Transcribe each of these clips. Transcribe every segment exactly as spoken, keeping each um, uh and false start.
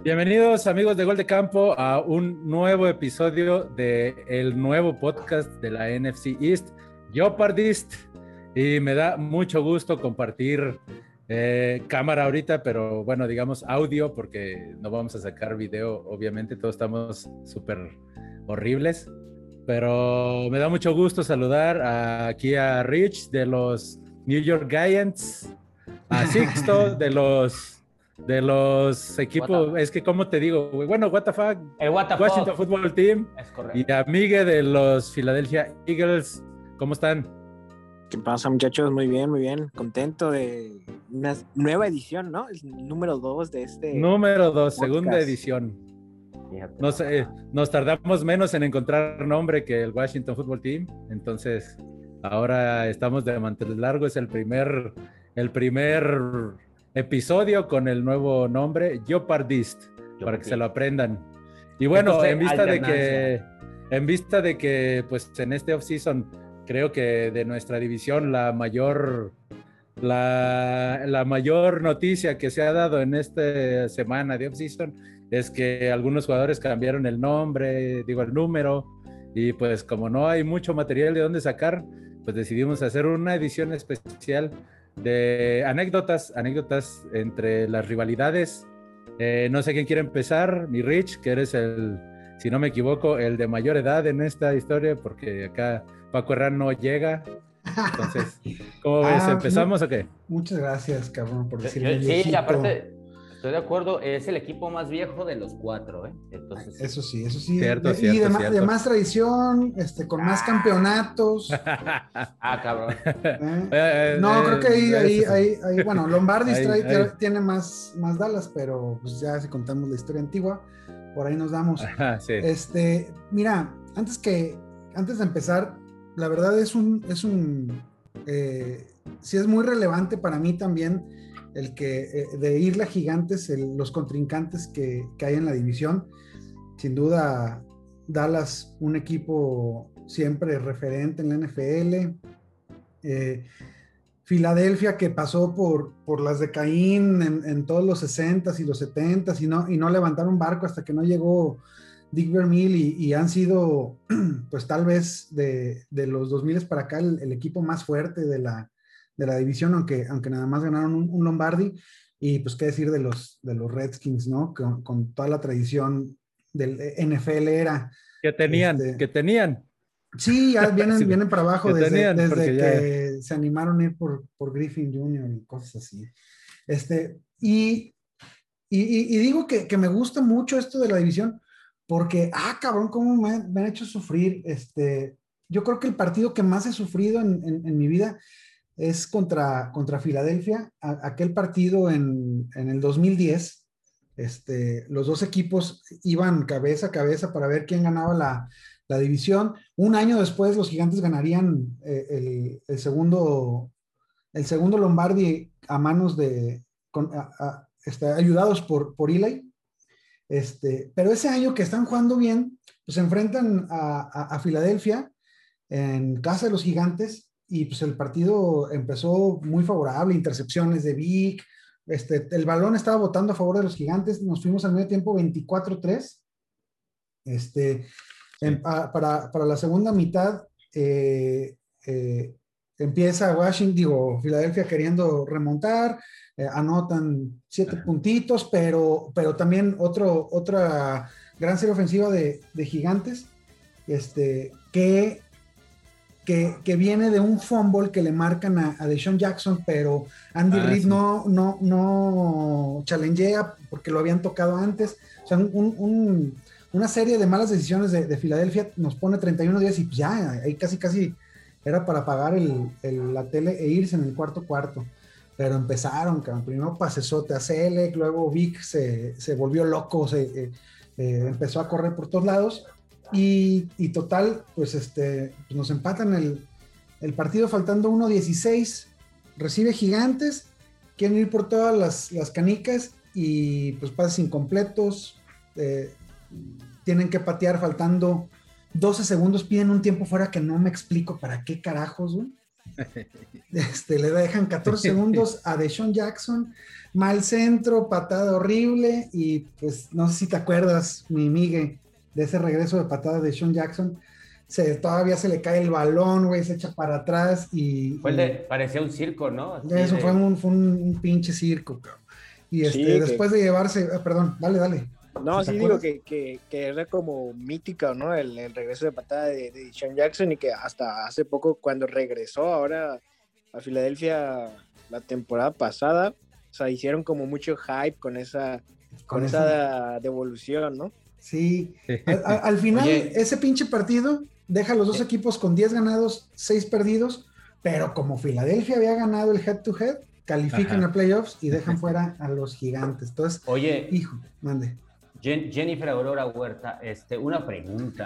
Bienvenidos amigos de Gol de Campo a un nuevo episodio de el nuevo podcast de la N F C East, Jeopardist, y me da mucho gusto compartir eh, cámara ahorita, pero bueno, digamos audio, porque no vamos a sacar video, obviamente todos estamos súper horribles, pero me da mucho gusto saludar a, aquí a Rich de los New York Giants, a Sixto de los de los equipos, es que cómo te digo, güey, bueno, what the fuck, el what the Washington fuck. Football Team, es correcto, y a Miguel de los Philadelphia Eagles. ¿Cómo están? ¿Qué pasa, muchachos? Muy bien, muy bien. Contento de una nueva edición, ¿no? El número dos de este Número dos, podcast. segunda edición. Fíjate. Nos, eh, nos tardamos menos en encontrar nombre que el Washington Football Team, entonces ahora estamos de manteles largo. Es el primer, el primer episodio con el nuevo nombre, Jeopardist, para que se lo aprendan. Y bueno, Entonces, en vista de que, alternancia. en vista de que, pues en este off-season, creo que de nuestra división la mayor, la, la mayor noticia que se ha dado en esta semana de off-season es que algunos jugadores cambiaron el nombre, digo el número, y pues como no hay mucho material de dónde sacar, pues decidimos hacer una edición especial de anécdotas, anécdotas entre las rivalidades. Eh, no sé quién quiere empezar, mi Rich, que eres el, si no me equivoco, el de mayor edad en esta historia, porque acá Paco Herrán no llega. Entonces, ¿cómo ves? Ah, ¿Empezamos mu- o qué? Muchas gracias, cabrón, por decirme Yo- sí, viejito. aparte, estoy de acuerdo, es el equipo más viejo de los cuatro, ¿eh? Entonces, sí. Eso sí, eso sí. Cierto, De- cierto, y de, ma- cierto. de más tradición, este, con más campeonatos. Ah, cabrón. ¿eh? Eh, No, eh, creo que ahí, eh, ahí, eso sí. ahí, ahí, bueno, Lombardi Ahí, trae- ahí. tiene más, más Dallas, pero pues ya si contamos la historia antigua, por ahí nos damos. Ajá, sí. Este, mira, antes que, antes de empezar, la verdad es un, es un, eh, sí es muy relevante para mí también el que, eh, de Isla Gigantes, el- los contrincantes que, que hay en la división. Sin duda, Dallas, un equipo siempre referente en la N F L. Eh, Filadelfia, que pasó por, por las de Caín en, en todos los sesentas y los setentas y no, y no levantaron barco hasta que no llegó Dick Vermeil, y, y han sido, pues tal vez de, de los dos mil para acá, el, el equipo más fuerte de la, de la división, aunque, aunque nada más ganaron un, un Lombardi. Y pues qué decir de los, de los Redskins, ¿no? Con, con toda la tradición del N F L era. Que tenían, este, que tenían. Sí, ya vienen, Sí, vienen para abajo que desde, tenían, desde porque que ya- se animaron a ir por, por Griffin junior y cosas así. Este, y, y, y- y digo que, que me gusta mucho esto de la división porque, ah, cabrón, cómo me, han- me han hecho sufrir. Este, yo creo que el partido que más he sufrido en, en- en mi vida es contra, contra Filadelfia, a- aquel partido en, en el dos mil diez. Este, los dos equipos iban cabeza a cabeza para ver quién ganaba la, la división. Un año después los Gigantes ganarían eh, el, el segundo, el segundo Lombardi a manos de, con, a- a- este, ayudados por, por Eli. Este, pero ese año que están jugando bien, pues se enfrentan a, a, a Filadelfia en casa de los Gigantes, y pues el partido empezó muy favorable, intercepciones de Vic, este, el balón estaba botando a favor de los Gigantes, nos fuimos al medio tiempo veinticuatro tres. Este, en, a, para, para la segunda mitad eh, eh, empieza Washington, digo, Filadelfia queriendo remontar, eh, anotan siete puntitos, pero, pero también otro, otra gran serie ofensiva de, de Gigantes, este, que, que, que viene de un fumble que le marcan a, a DeSean Jackson, pero Andy Ah, Reid sí. no, no, no challengea porque lo habían tocado antes. O sea, un, un, una serie de malas decisiones de, de Filadelfia nos pone treinta y uno días, y pues ya, ahí casi casi era para apagar el, el, la tele e irse en el cuarto cuarto. Pero empezaron, cabrón. Primero pasesote a Selec, luego Vic se, se volvió loco, se, eh, eh, empezó a correr por todos lados, y, y total, pues, este, pues nos empatan el, el partido faltando uno dieciséis, recibe Gigantes, quieren ir por todas las, las canicas, y pues pases incompletos, eh, tienen que patear faltando doce segundos, piden un tiempo fuera que no me explico para qué carajos, güey. Este, le dejan catorce segundos a DeSean Jackson, mal centro, patada horrible, y pues no sé si te acuerdas, mi Migue, de ese regreso de patada de DeSean Jackson. Se, todavía se le cae el balón, güey, se echa para atrás y... Fue el de, y parecía un circo, ¿no? Así eso de... fue, un, fue un, un pinche circo, cabrón. Y este, Sí, después que... de llevarse, ah, perdón, dale, dale. No, ¿Sí sí digo que, que, que era como mítica, ¿no? El, el regreso de patada de, de DeSean Jackson, y que hasta hace poco, cuando regresó ahora a Filadelfia la temporada pasada, o sea, hicieron como mucho hype con esa, con, con esa devolución, ¿no? Sí, al, al, al final Oye, ese pinche partido deja a los dos ¿sí? equipos con diez ganados, seis perdidos, pero como Filadelfia había ganado el head to head, califican Ajá. a playoffs y dejan fuera a los Gigantes. Entonces, Oye, hijo, mande. Jennifer Aurora Huerta, este, una pregunta.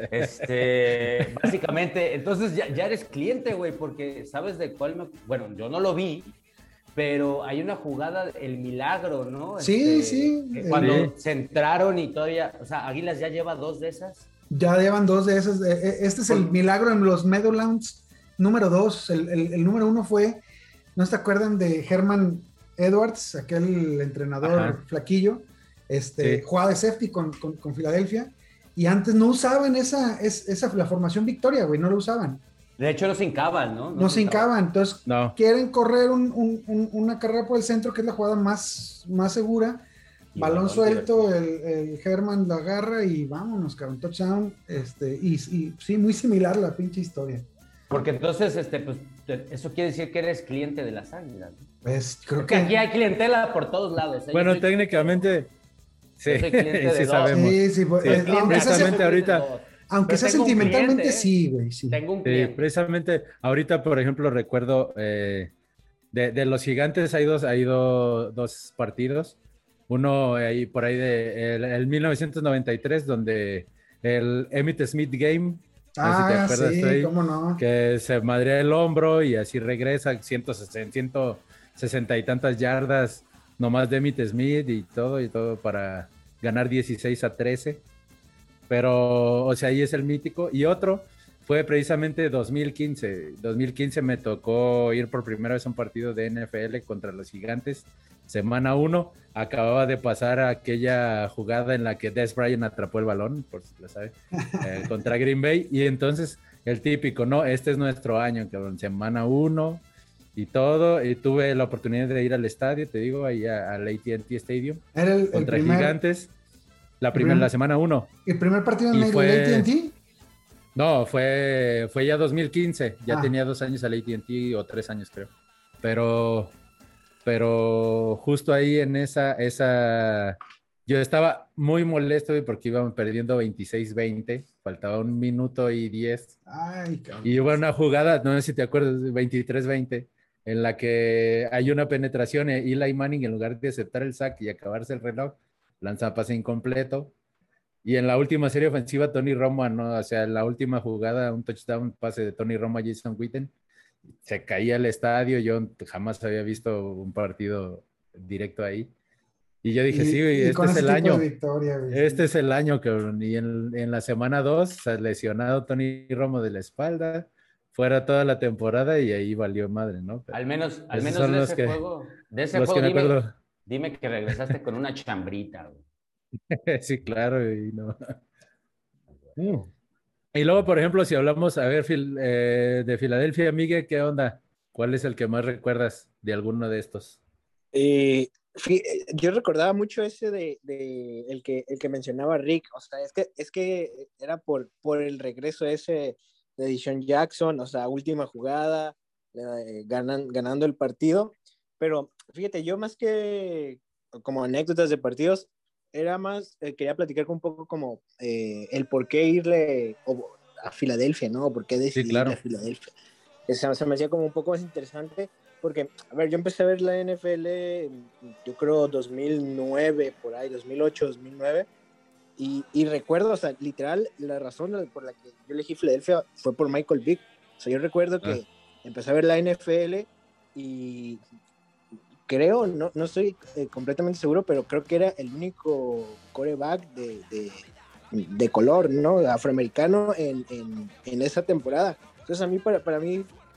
Este, básicamente, entonces ya, ya eres cliente, güey, porque sabes de cuál me... Bueno, yo no lo vi, pero hay una jugada, el milagro, ¿no? Sí, este, sí. Cuando sí. se entraron y todavía, o sea, Águilas ya lleva dos de esas. Ya llevan dos de esas. Este es el milagro en los Meadowlands número dos. El, el, el número uno fue, ¿no se acuerdan de Herman Edwards, aquel entrenador Ajá. flaquillo? Este, sí. Jugaba de safety con, con, con Filadelfia, y antes no usaban esa, esa, esa la formación Victoria, güey, no lo usaban. De hecho, no se hincaban, ¿no? No, no se hincaban, entonces no. quieren correr un, un, un, una carrera por el centro, que es la jugada más, más segura. Y balón, balón suelto, el, el Herman lo agarra y vámonos, cabrón, touchdown. Este, y, y sí, muy similar la pinche historia. Porque entonces, este, pues, eso quiere decir que eres cliente de las Águilas, ¿no? Pues creo es que... que aquí hay clientela por todos lados. ¿eh? Bueno, técnicamente... Sí, sí sabemos. Sí, sí, pues, sí. Eh, aunque precisamente sea, ahorita. Aunque sea sentimentalmente, cliente, sí, güey. Sí. Tengo un cliente. Sí, precisamente ahorita, por ejemplo, recuerdo eh, de, de los Gigantes hay dos, hay do, dos partidos. Uno ahí por ahí de el, el mil novecientos noventa y tres, donde el Emmitt Smith Game. Ah, no sé si te acuerdas, sí, ahí, cómo no. Que se madrea el hombro y así regresa ciento sesenta y tantas yardas nomás de Emmitt Smith y todo y todo para ganar dieciséis a trece. Pero, o sea, ahí es el mítico. Y otro fue precisamente dos mil quince. dos mil quince me tocó ir por primera vez a un partido de N F L contra los Gigantes. Semana uno, acababa de pasar aquella jugada en la que Dez Bryant atrapó el balón, por si lo sabe, eh, contra Green Bay. Y entonces, el típico, no, este es nuestro año, cabrón. Semana uno y todo. Y tuve la oportunidad de ir al estadio, te digo, ahí al A T and T Stadium. Era el, contra el primer... Gigantes. La primera, la semana uno. ¿El primer partido en el fue... A T and T? No, fue, fue ya dos mil quince. Ya ah. tenía dos años al A T and T o tres años, creo. Pero, pero justo ahí en esa, esa, yo estaba muy molesto porque íbamos perdiendo veintiséis veinte. Faltaba un minuto y diez. Ay, cabrón. Y hubo una jugada, no sé si te acuerdas, veintitrés veinte, en la que hay una penetración y Eli Manning, en lugar de aceptar el sack y acabarse el reloj, lanza pase incompleto. Y en la última serie ofensiva, Tony Romo, ¿no? O sea, en la última jugada, un touchdown, pase de Tony Romo a Jason Witten. Se caía el estadio. Yo jamás había visto un partido directo ahí. Y yo dije, y, sí, güey, este es el año. Victoria, güey, este sí. es el año, cabrón. Y en, en la semana dos, se ha lesionado Tony Romo de la espalda. Fuera toda la temporada y ahí valió madre, ¿no? Pero al menos, al menos de ese que, juego, de ese juego, dime, dime que regresaste con una chambrita, güey. Sí, claro, y no. Mm. Y luego, por ejemplo, si hablamos, a ver, eh, de Filadelfia, Miguel, ¿qué onda? ¿Cuál es el que más recuerdas de alguno de estos? Eh, yo recordaba mucho ese de, de el, que, el que mencionaba Rick, o sea, es que, es que era por, por el regreso ese de DeSean Jackson, o sea, última jugada, eh, ganan, ganando el partido, pero fíjate, yo más que como anécdotas de partidos, era más, eh, quería platicar un poco como eh, el por qué irle a Filadelfia, ¿no? ¿Por qué decidir sí, claro. ir a Filadelfia? Se, se me hacía como un poco más interesante, porque, a ver, yo empecé a ver la N F L, yo creo dos mil nueve, por ahí, dos mil ocho, dos mil nueve, y, y recuerdo, o sea, literal, la razón por la que yo elegí Filadelfia fue por Michael Vick. O sea, yo recuerdo que ah. empecé a ver la N F L y... creo, no, no estoy eh, completamente seguro, pero creo que era el único quarterback de, de, de color, ¿no? Afroamericano en, en, en esa temporada. Entonces a mí, para, para mí,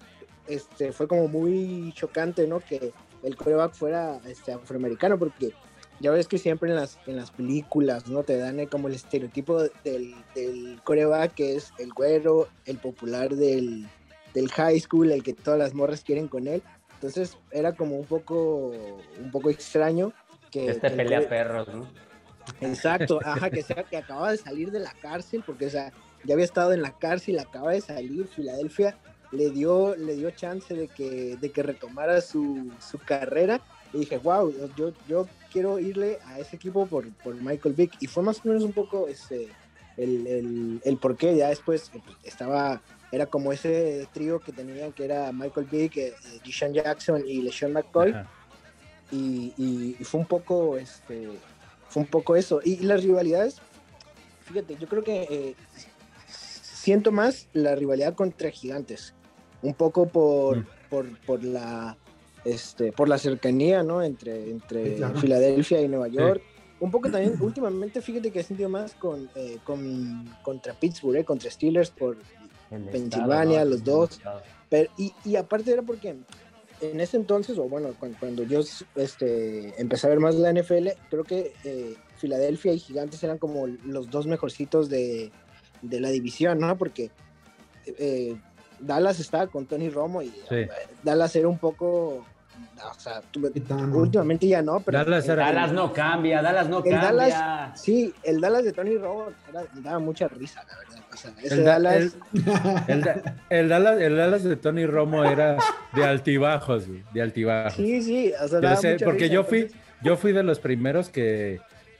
este, fue como muy chocante, ¿no? Que el quarterback fuera este, afroamericano, porque ya ves que siempre en las, en las películas, ¿no? Te dan como el estereotipo del, del quarterback, que es el güero, el popular del, del high school, el que todas las morras quieren con él. Entonces era como un poco, un poco extraño que... Este que pelea el, perros, ¿no? Exacto, ajá, que sea que acaba de salir de la cárcel, porque o sea, ya había estado en la cárcel, acaba de salir, Filadelfia le dio, le dio chance de que, de que retomara su, su carrera, y dije, wow, yo, yo quiero irle a ese equipo por, por Michael Vick, y fue más o menos un poco este, el, el, el porqué. Ya después estaba, era como ese trío que tenían, que era Michael Vick, eh, Deshaun Jackson y LeSean McCoy, y, y, y fue un poco, este, fue un poco eso, y, y las rivalidades, fíjate, yo creo que eh, siento más la rivalidad contra Gigantes, un poco por, mm. por, por la este, por la cercanía, ¿no? Entre, entre sí, claro. Filadelfia y Nueva York. Sí. Un poco también, últimamente, fíjate que he sentido más con, eh, con contra Pittsburgh, eh, contra Steelers por Pensilvania, estado, ¿no? Los dos. Pero, y, y aparte era porque en ese entonces, o bueno, cuando, cuando yo este, empecé a ver más la N F L, creo que eh, Filadelfia y Gigantes eran como los dos mejorcitos de, de la división, ¿no? Porque eh, Dallas estaba con Tony Romo y sí. eh, Dallas era un poco, o sea, tuve, últimamente ya no, pero Dallas, el, Dallas no cambia, Dallas no cambia. Dallas, sí, el Dallas de Tony Romo era, daba mucha risa, la verdad. O sea, ese el, Dallas... el, el, el, Dallas... el Dallas de Tony Romo era de altibajos, de altibajos. Sí, sí, o sea, daba sé, mucha porque risa, yo fui, entonces... yo fui de los primeros que,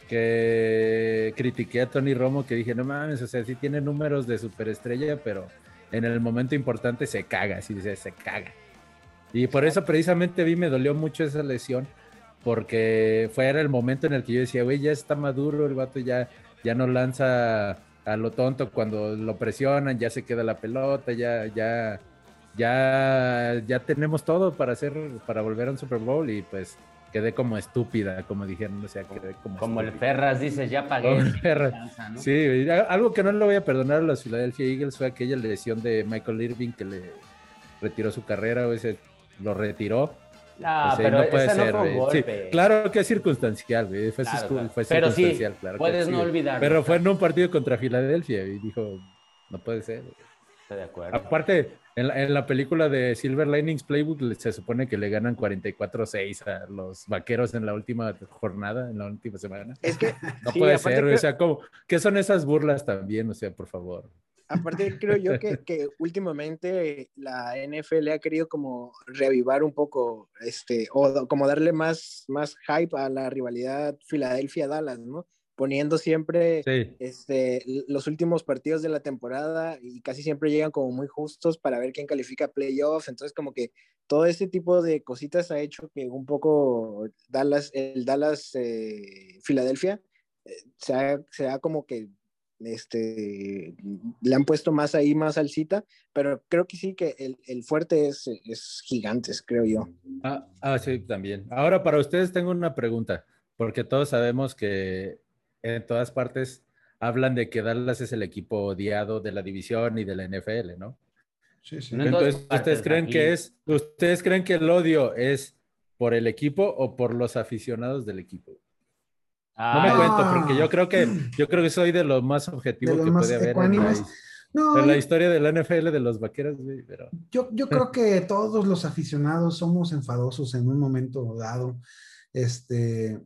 que critiqué a Tony Romo, que dije, no mames, o sea, sí tiene números de superestrella, pero en el momento importante se caga, así dice, se caga. Y por eso precisamente a mí me dolió mucho esa lesión, porque fue era el momento en el que yo decía, güey, ya está maduro, el vato ya, ya no lanza a lo tonto cuando lo presionan, ya se queda la pelota, ya, ya, ya, ya tenemos todo para hacer, para volver a un Super Bowl, y pues quedé como estúpida, como dijeron, o sea, quedé como Como estúpida. el Ferras dice, ya pagué. El Ferras, danza, ¿no? Sí, algo que no le voy a perdonar a los Philadelphia Eagles fue aquella lesión de Michael Irving que le retiró su carrera, o ese lo retiró. No, o sea, pero no puede ese ser, no fue un golpe. Sí, claro que es circunstancial, güey. Fue, claro, claro. fue pero circunstancial, sí, claro. puedes que, no sí, olvidarlo. Pero fue en un partido contra Filadelfia y dijo, no puede ser. Estoy de acuerdo. Aparte, en la, en la película de Silver Linings Playbook se supone que le ganan cuarenta y cuatro a seis a los Vaqueros en la última jornada, en la última semana. Es que no sí, puede ser, creo... o sea, ¿cómo? ¿Qué son esas burlas también? O sea, por favor. Aparte creo yo que, que últimamente la N F L ha querido como reavivar un poco, este, o como darle más, más hype a la rivalidad Filadelfia-Dallas, ¿no? Poniendo siempre sí. este, los últimos partidos de la temporada y casi siempre llegan como muy justos para ver quién califica playoffs. Entonces como que todo ese tipo de cositas ha hecho que un poco Dallas, el Dallas-Filadelfia eh, eh, sea, sea como que este, le han puesto más ahí, más salsita, pero creo que sí que el, el fuerte es, es Gigantes, creo yo. Ah, ah, sí, también. Ahora para ustedes tengo una pregunta, porque todos sabemos que en todas partes hablan de que Dallas es el equipo odiado de la división y de la N F L, ¿no? Sí, sí. Entonces, ¿ustedes creen aquí. que es, ustedes creen que el odio es por el equipo o por los aficionados del equipo? No me ah, cuento, porque yo creo que yo creo que soy de los más objetivos que más puede haber en la, no, en la yo, historia de la N F L de los Vaqueros. Pero... Yo, yo creo que todos los aficionados somos enfadosos en un momento dado. Este,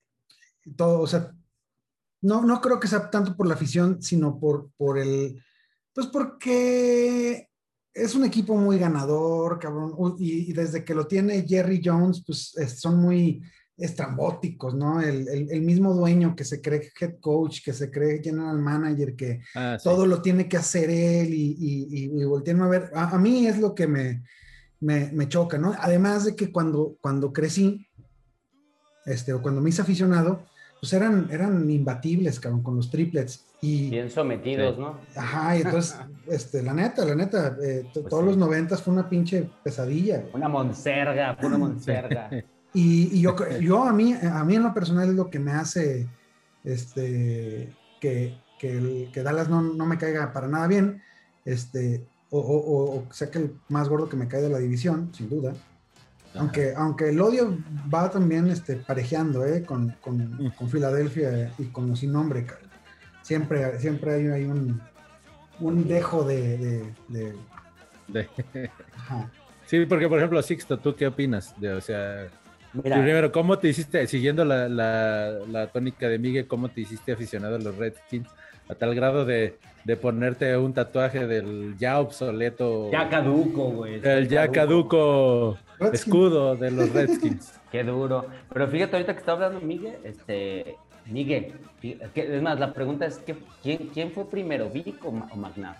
todo, o sea, no, no creo que sea tanto por la afición, sino por, por el, pues porque es un equipo muy ganador, cabrón, y, y desde que lo tiene Jerry Jones, pues es, son muy estrambóticos, ¿no? El, el, el mismo dueño que se cree head coach, que se cree general manager, que ah, sí. todo lo tiene que hacer él y, y, y, y voltearme a ver. A, a mí es lo que me, me, me choca, ¿no? Además de que cuando, cuando crecí, este, o cuando me hice aficionado, pues eran, eran imbatibles, cabrón, con los triplets. Y, bien sometidos, sí. ¿no? Ajá, y entonces, este, la neta, la neta, eh, pues todos sí. los noventas fue una pinche pesadilla. Güey. Una monserga, fue una monserga. Y, y yo, yo a mí, a mí en lo personal es lo que me hace este, que, que, el, que Dallas no, no me caiga para nada bien, este, o, o, o sea que el más gordo que me cae de la división, sin duda. Aunque, aunque el odio va también este, parejeando ¿eh? con, con, con Filadelfia y con los sin nombre, cara. Siempre, siempre hay, hay un, un dejo de... de, de... de... Sí, porque por ejemplo, Sixto, ¿tú qué opinas? De, o sea, Mira, primero, ¿cómo te hiciste, siguiendo la, la, la tónica de Miguel, cómo te hiciste aficionado a los Redskins a tal grado de, de ponerte un tatuaje del ya obsoleto... Ya caduco, güey. El ya caduco, caduco escudo de los Redskins. Qué duro. Pero fíjate, ahorita que está hablando Miguel, este... Miguel, es más, la pregunta es, ¿qué, quién, ¿quién fue primero, Vic o, o McNabb?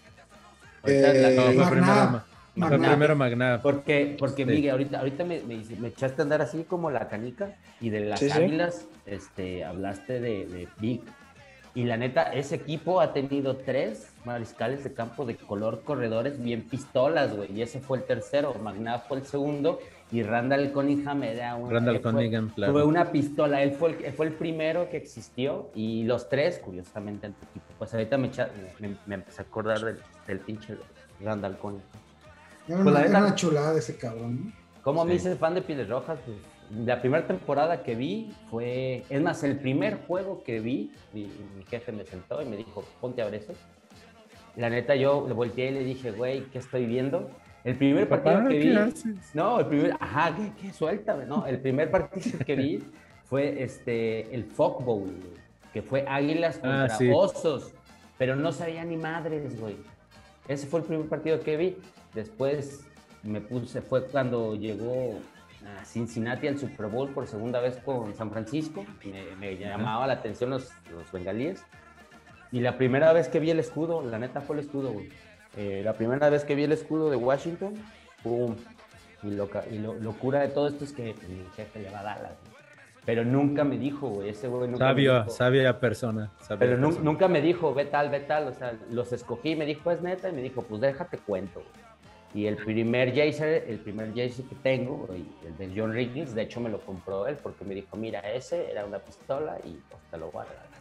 Eh, no, fue primero, fue primero McNabb. Porque, porque sí. Miguel, ahorita, ahorita me, me, me echaste a andar así como la canica y de las sí, Águilas sí. Este, hablaste de, de Vic. Y la neta, ese equipo ha tenido tres mariscales de campo de color corredores bien pistolas, güey. Y ese fue el tercero. McNabb fue el segundo. Y Randall Cunningham era un, Randall Cunningham, fue, claro. Fue una pistola. Él fue, el, fue el primero que existió. Y los tres, curiosamente, en tu equipo. Pues ahorita me, me, me empecé a acordar del, del pinche Randall Cunningham. Era una, pues la era una chulada ese cabrón, ¿no? Como sí. me hice fan de Pieles Rojas, pues la primera temporada que vi fue, es más, el primer juego que vi, mi, mi jefe me sentó y me dijo, ponte a ver eso. La neta, yo le volteé y le dije, güey, ¿qué estoy viendo? El primer partido Papá, que ¿qué vi, haces? no, el primer, ajá, ¿qué, qué? Suéltame, no, el primer partido que vi fue este, el Folk Bowl, que fue Águilas contra ah, sí. Osos, pero no sabía ni madres, güey. Ese fue el primer partido que vi. Después me puse, fue cuando llegó a Cincinnati al Super Bowl por segunda vez con San Francisco. Me, me llamaba la atención los, los bengalíes. Y la primera vez que vi el escudo, la neta fue el escudo, güey. Eh, la primera vez que vi el escudo de Washington, ¡pum! Y, loca, y lo, locura de todo esto es que mi jefe le va a dar, pero nunca me dijo, güey, ese güey nunca sabio, me dijo. Sabia persona. Sabia pero persona. Nu, nunca me dijo, ve tal, ve tal, o sea, los escogí, me dijo, pues neta, y me dijo, pues déjate cuento, güey. Y el primer jersey, el primer jersey que tengo, el de John Riggins, de hecho me lo compró él porque me dijo, mira, ese era una pistola y pues te lo voy a regalar.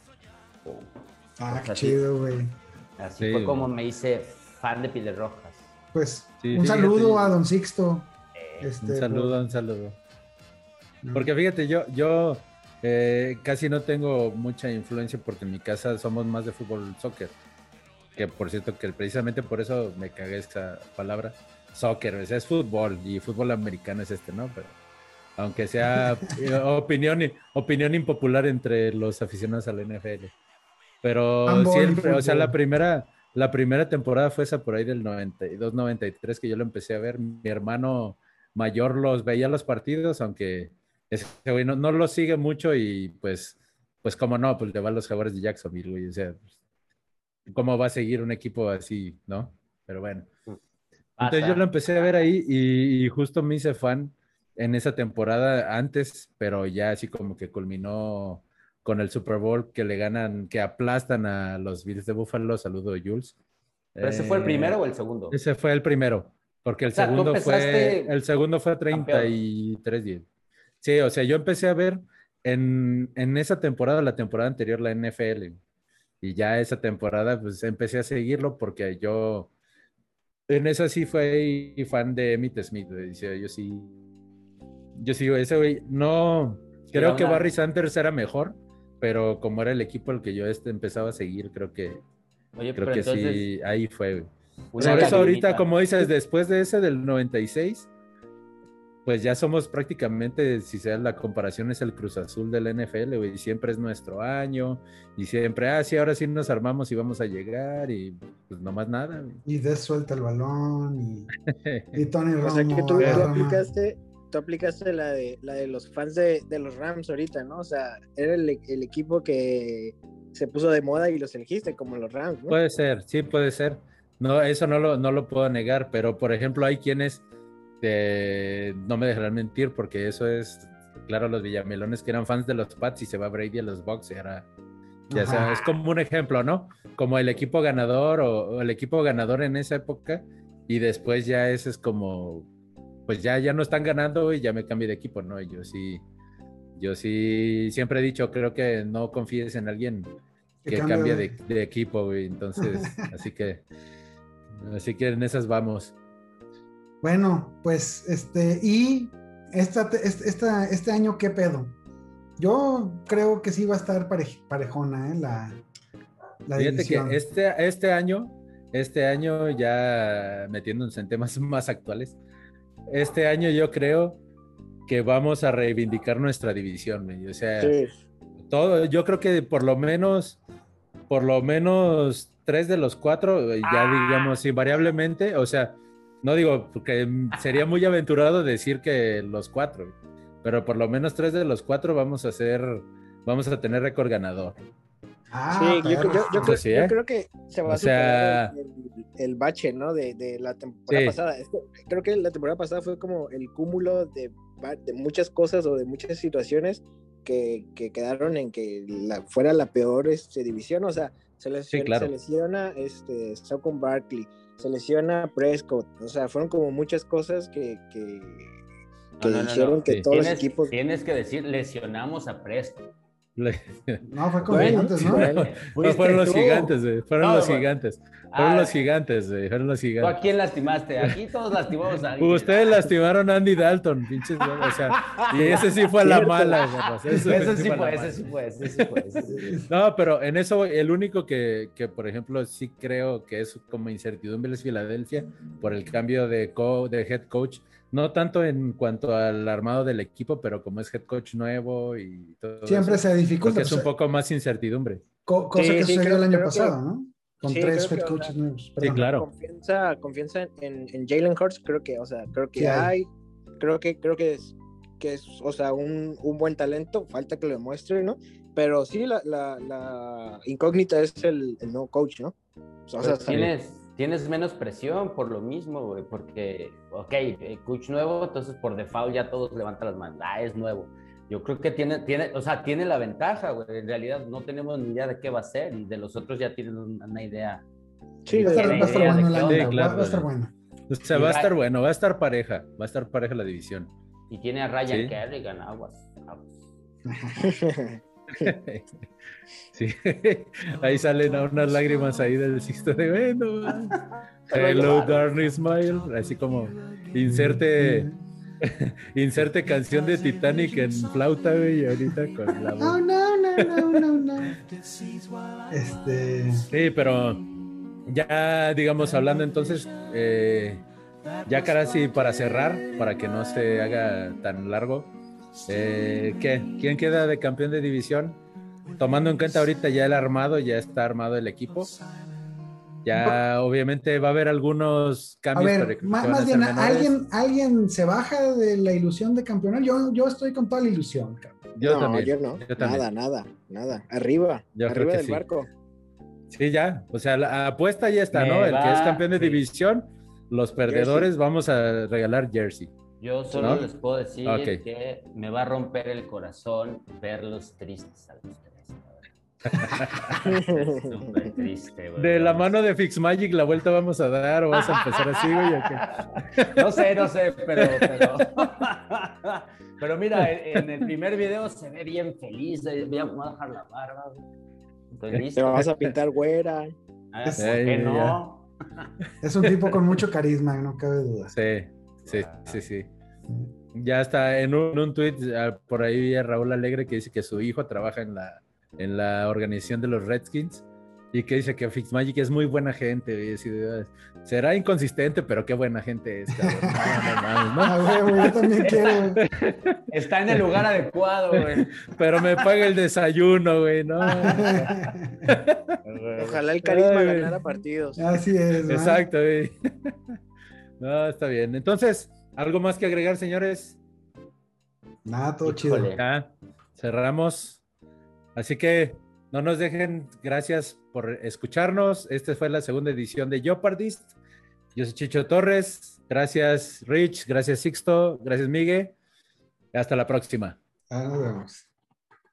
Ah, pues, qué chido, güey. Así sí, fue como güey. me hice fan de Pieles Rojas. Pues sí, un fíjate, saludo a Don Sixto. Eh, este, un saludo, por... un saludo. No. Porque fíjate, yo, yo eh, casi no tengo mucha influencia porque en mi casa somos más de fútbol, soccer. Que por cierto, que precisamente por eso me cagué esa palabra, soccer, o sea, es fútbol y fútbol americano es este, ¿no? Pero aunque sea opinión, opinión impopular entre los aficionados a la N F L. Pero Handball siempre, o sea, la primera, la primera temporada fue esa por ahí del noventa y dos, noventa y tres que yo lo empecé a ver. Mi hermano mayor los veía los partidos, aunque ese güey no, no lo sigue mucho y pues, pues como no, pues le va a los Jaguares de Jacksonville, güey, o sea, ¿cómo va a seguir un equipo así, no? Pero bueno. Entonces pasa. yo lo empecé a ver ahí y, y justo me hice fan en esa temporada antes, pero ya así como que culminó con el Super Bowl que le ganan, que aplastan a los Bills de Buffalo. Saludo, Jules. ¿Pero ese eh, fue el primero o el segundo? Ese fue el primero, porque el o sea, segundo fue el segundo fue treinta y tres diez. Sí, o sea, yo empecé a ver en, en esa temporada, la temporada anterior, la N F L. Y ya esa temporada, pues empecé a seguirlo porque yo, en esa sí fui fan de Emmitt Smith, güey. Yo sí, yo sí, ese güey, no, creo sí, que Barry Sanders era mejor, pero como era el equipo el que yo este empezaba a seguir, creo que, Oye, creo pero que entonces, sí, ahí fue. Por eso lagrimita. Ahorita, como dices, después de ese del noventa y seis, pues ya somos prácticamente, si sea la comparación, es el Cruz Azul del N F L, güey, y siempre es nuestro año, y siempre, ah, sí, ahora sí nos armamos y vamos a llegar, y pues nomás nada. Güey. Y Des suelta el balón, y, y Tony Romo. O sea que tú, tú aplicaste, tú aplicaste la de, la de los fans de, de los Rams ahorita, ¿no? O sea, era el, el equipo que se puso de moda y los elegiste como los Rams, ¿no? Puede ser, sí, puede ser. No, eso no lo, no lo puedo negar, pero por ejemplo hay quienes... Eh, no me dejarán mentir porque eso es, claro, los villamelones que eran fans de los Pats y se va Brady a los Bucks, era, ya sea, es como un ejemplo, ¿no? Como el equipo ganador o, o el equipo ganador en esa época y después ya ese es como, pues ya, ya no están ganando y ya me cambié de equipo, ¿no? Y yo sí, yo sí, siempre he dicho, creo que no confíes en alguien que cambie de, de equipo, güey, entonces, así que... Así que en esas vamos. Bueno, pues, este, y esta, esta, este año, ¿qué pedo? Yo creo que sí va a estar parej, parejona, ¿eh? La, la Fíjate división. que este, este año, este año ya metiéndonos en temas más actuales, este año yo creo que vamos a reivindicar nuestra división, güey. O sea, Sí. todo, yo creo que por lo menos, por lo menos tres de los cuatro, ya digamos invariablemente, o sea, no digo, porque sería muy aventurado decir que los cuatro, pero por lo menos tres de los cuatro vamos a hacer, vamos a tener récord ganador. Ah, sí, yo, yo, yo, Eso creo, sí, yo ¿eh? creo que se va O a superar sea, el, el, el bache, ¿no? De, de la temporada sí. pasada. Es que creo que la temporada pasada fue como el cúmulo de, de muchas cosas o de muchas situaciones que, que quedaron en que la, fuera la peor este, división. O sea, se lesiona, Sí, claro. se lesiona este, Saquon Barkley, se lesiona Prescott. O sea, fueron como muchas cosas que, que, que No, no, no, hicieron no. que Sí. todos los Tienes, equipos... tienes que decir, lesionamos a Prescott. No, fue con Bueno, gigantes, ¿no? bueno. No, Fuiste fueron los tú. gigantes, güey. Fueron No, los bueno. gigantes. Fueron Ah, los gigantes, güey. Fueron los ¿tú a gigantes. quién lastimaste? Aquí todos lastimamos a alguien. Ustedes lastimaron a Andy Dalton, pinches, o sea, y ese sí fue a la Cierto. mala, Garras, ese, Ese sí a la fue, mala. ese sí fue, ese sí fue. ese sí fue. No, pero en eso el único que, que, por ejemplo, sí creo que es como incertidumbre es Filadelfia por el cambio de, co de head coach, no tanto en cuanto al armado del equipo, pero como es head coach nuevo y todo Siempre eso, se creo dificulta. que es Pues, un poco más incertidumbre. co cosa Sí, que sí, sucedió creo- el año creo que- pasado, ¿no? Con sí, tres creo head que, o coaches sea, nuevos. Perdón. claro. Confianza, confianza en, en Jalen Hurts, creo que, o sea, creo que Sí hay. hay, creo que, creo que es, que es, o sea, un, un buen talento, falta que lo demuestre, ¿no? Pero sí, la, la, la incógnita es el, el nuevo coach, ¿no? O sea, Pues sí. tienes, tienes menos presión por lo mismo, güey, porque, ok, eh, coach nuevo, entonces por default ya todos levantan las manos, ah, es nuevo. Yo creo que tiene, tiene, o sea, tiene la ventaja, güey, en realidad no tenemos ni idea de qué va a ser, y de los otros ya tienen una, una idea. Sí, Va a estar, Tiene va a estar idea de bueno el qué año. onda, Sí, va- claro. Va a estar bueno. O sea, va a estar bueno, va a estar pareja, va a estar pareja la división. Y tiene a Ryan Sí. Kerrigan, aguas, aguas. Sí, ahí salen a unas lágrimas ahí del Sixto de bueno. Hello, darling smile. Así como inserte, inserte canción de Titanic en flauta, güey, ahorita con la No, voz. no, no, no, no, no. Este. Sí, pero ya, digamos, hablando entonces, eh, ya casi para cerrar, para que no se haga tan largo, eh, ¿qué? ¿Quién queda de campeón de división? Tomando en cuenta ahorita ya el armado, ya está armado el equipo. Ya obviamente va a haber algunos A cambios. ver, pero que más, van a más ser bien, menores. ¿alguien, ¿alguien se baja de la ilusión de campeonar? Yo, yo estoy con toda la ilusión, cabrón. Yo no, también. yo no, yo también. nada, nada, nada, arriba, Yo creo arriba que del sí. barco. Sí, ya. O sea, la apuesta ya está, Me ¿no? El que es va- campeón de sí. división, los perdedores vamos a regalar jersey. Yo solo ¿No? les puedo decir Ok. que me va a romper el corazón verlos tristes a los tres. Súper triste, güey. De la mano de Fitzmagic, la vuelta vamos a dar o vas a empezar así, güey. ¿O qué? No sé, no sé, pero. Pero, pero mira, en, en el primer video se ve bien feliz. Voy a, voy a dejar la barba, güey. Estoy Te listo. vas a pintar güera. Ah, Es- ¿por qué Ay, no? Es un tipo con mucho carisma, no cabe duda. Sí, sí, sí, sí. Ya está en un, en un tweet por ahí vi a Raúl Alegre que dice que su hijo trabaja en la, en la organización de los Redskins y que dice que Fitzmagic es muy buena gente. Y así de, será inconsistente, pero qué buena gente es, cabrón. No, no mames, ¿no? Ah, güey, yo también quiero. Está en el lugar adecuado, güey. Pero me paga el desayuno, güey, ¿no? Ojalá el carisma Ay, güey. ganara partidos. Así es. ¿no? Exacto, güey. No, está bien. Entonces, ¿algo más que agregar, señores? Nada, todo Híjole. chido. Ya, cerramos. Así que no nos dejen, gracias por escucharnos. Esta fue la segunda edición de Jeopardist. Yo soy Chicho Torres. Gracias, Rich. Gracias, Sixto. Gracias, Miguel. Hasta la próxima. Ah, nos vemos.